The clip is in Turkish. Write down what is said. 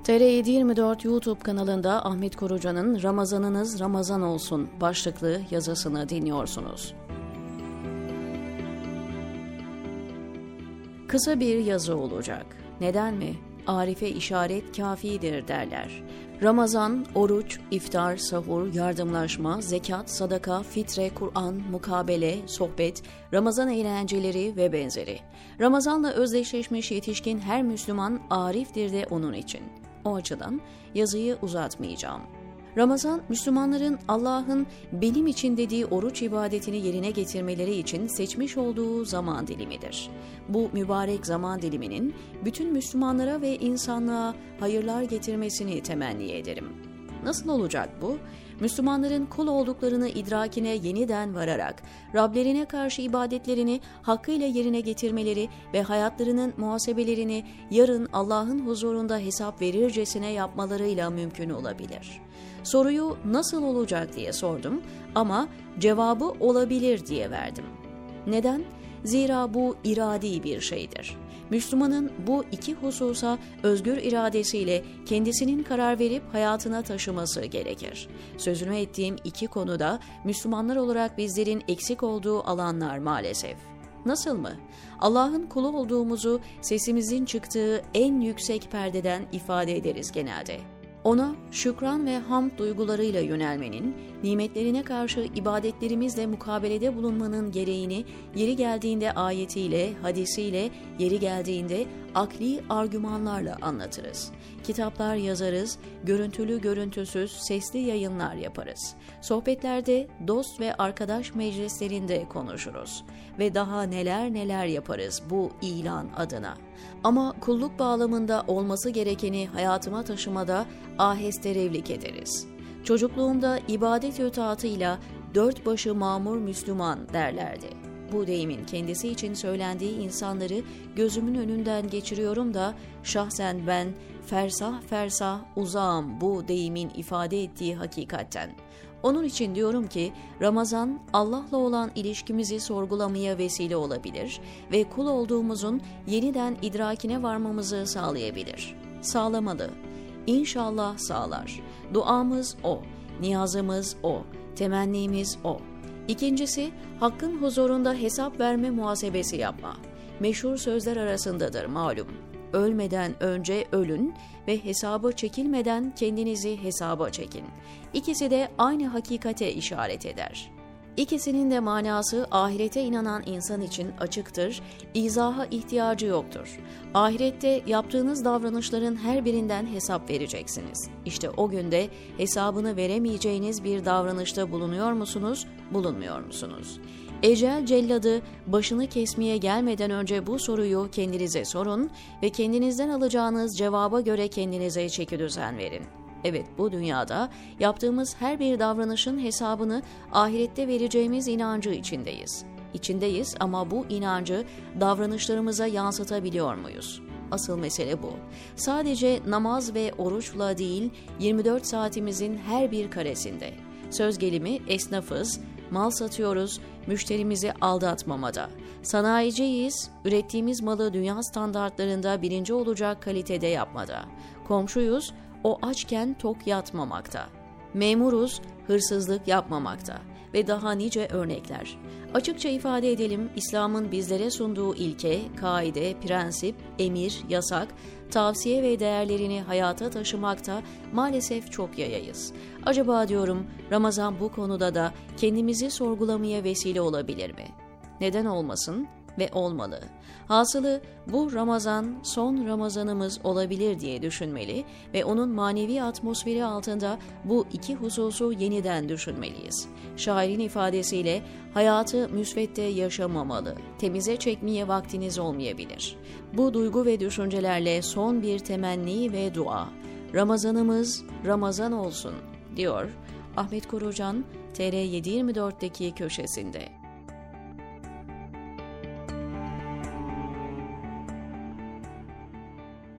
TR724 YouTube kanalında Ahmet Korucan'ın "Ramazanınız Ramazan olsun" başlıklı yazısını dinliyorsunuz. Kısa bir yazı olacak. Neden mi? Arife işaret kafidir derler. Ramazan, oruç, iftar, sahur, yardımlaşma, zekat, sadaka, fitre, Kur'an, mukabele, sohbet, Ramazan eğlenceleri ve benzeri. Ramazanla özdeşleşmiş yetişkin her Müslüman ariftir de onun için. O açıdan yazıyı uzatmayacağım. Ramazan, Müslümanların Allah'ın benim için dediği oruç ibadetini yerine getirmeleri için seçmiş olduğu zaman dilimidir. Bu mübarek zaman diliminin bütün Müslümanlara ve insanlığa hayırlar getirmesini temenni ederim. Nasıl olacak bu? Müslümanların kul olduklarını idrakine yeniden vararak, Rablerine karşı ibadetlerini hakkıyla yerine getirmeleri ve hayatlarının muhasebelerini yarın Allah'ın huzurunda hesap verircesine yapmalarıyla mümkün olabilir. Soruyu nasıl olacak diye sordum ama cevabı olabilir diye verdim. Neden? Zira bu iradi bir şeydir. Müslümanın bu iki hususa özgür iradesiyle kendisinin karar verip hayatına taşıması gerekir. Sözünü ettiğim iki konuda Müslümanlar olarak bizlerin eksik olduğu alanlar maalesef. Nasıl mı? Allah'ın kulu olduğumuzu sesimizin çıktığı en yüksek perdeden ifade ederiz genelde. Ona şükran ve hamd duygularıyla yönelmenin, nimetlerine karşı ibadetlerimizle mukabelede bulunmanın gereğini yeri geldiğinde ayetiyle, hadisiyle, yeri geldiğinde akli argümanlarla anlatırız. Kitaplar yazarız, görüntülü görüntüsüz sesli yayınlar yaparız. Sohbetlerde, dost ve arkadaş meclislerinde konuşuruz. Ve daha neler neler yaparız bu ilan adına. Ama kulluk bağlamında olması gerekeni hayatıma taşımada ahesterevlik ederiz. Çocukluğumda ibadet itaatıyla dört başı mamur Müslüman derlerdi. Bu deyimin kendisi için söylendiği insanları gözümün önünden geçiriyorum da şahsen ben fersah fersah uzağım bu deyimin ifade ettiği hakikatten. Onun için diyorum ki Ramazan Allah'la olan ilişkimizi sorgulamaya vesile olabilir ve kul olduğumuzun yeniden idrakine varmamızı sağlayabilir. Sağlamalı. İnşallah sağlar. Duamız o, niyazımız o, temennimiz o. İkincisi, Hakk'ın huzurunda hesap verme muhasebesi yapma. Meşhur sözler arasındadır malum. Ölmeden önce ölün ve hesaba çekilmeden kendinizi hesaba çekin. İkisi de aynı hakikate işaret eder. İkisinin de manası ahirete inanan insan için açıktır, izaha ihtiyacı yoktur. Ahirette yaptığınız davranışların her birinden hesap vereceksiniz. İşte o günde hesabını veremeyeceğiniz bir davranışta bulunuyor musunuz, bulunmuyor musunuz? Ecel celladı başını kesmeye gelmeden önce bu soruyu kendinize sorun ve kendinizden alacağınız cevaba göre kendinize çekidüzen verin. Evet, bu dünyada yaptığımız her bir davranışın hesabını ahirette vereceğimiz inancı içindeyiz. İçindeyiz ama bu inancı davranışlarımıza yansıtabiliyor muyuz? Asıl mesele bu. Sadece namaz ve oruçla değil, 24 saatimizin her bir karesinde. Söz gelimi esnafız, mal satıyoruz, müşterimizi aldatmamada. Sanayiciyiz, ürettiğimiz malı dünya standartlarında birinci olacak kalitede yapmada. Komşuyuz, o açken tok yatmamakta. Memuruz, hırsızlık yapmamakta ve daha nice örnekler. Açıkça ifade edelim, İslam'ın bizlere sunduğu ilke, kaide, prensip, emir, yasak, tavsiye ve değerlerini hayata taşımakta maalesef çok yayayız. Acaba diyorum, Ramazan bu konuda da kendimizi sorgulamaya vesile olabilir mi? Neden olmasın? Ve olmalı. Hasılı bu Ramazan son Ramazanımız olabilir diye düşünmeli ve onun manevi atmosferi altında bu iki hususu yeniden düşünmeliyiz. Şairin ifadesiyle hayatı müsvedde yaşamamalı, temize çekmeye vaktiniz olmayabilir. Bu duygu ve düşüncelerle son bir temenni ve dua. Ramazanımız Ramazan olsun diyor Ahmet Korucan TR724'deki köşesinde.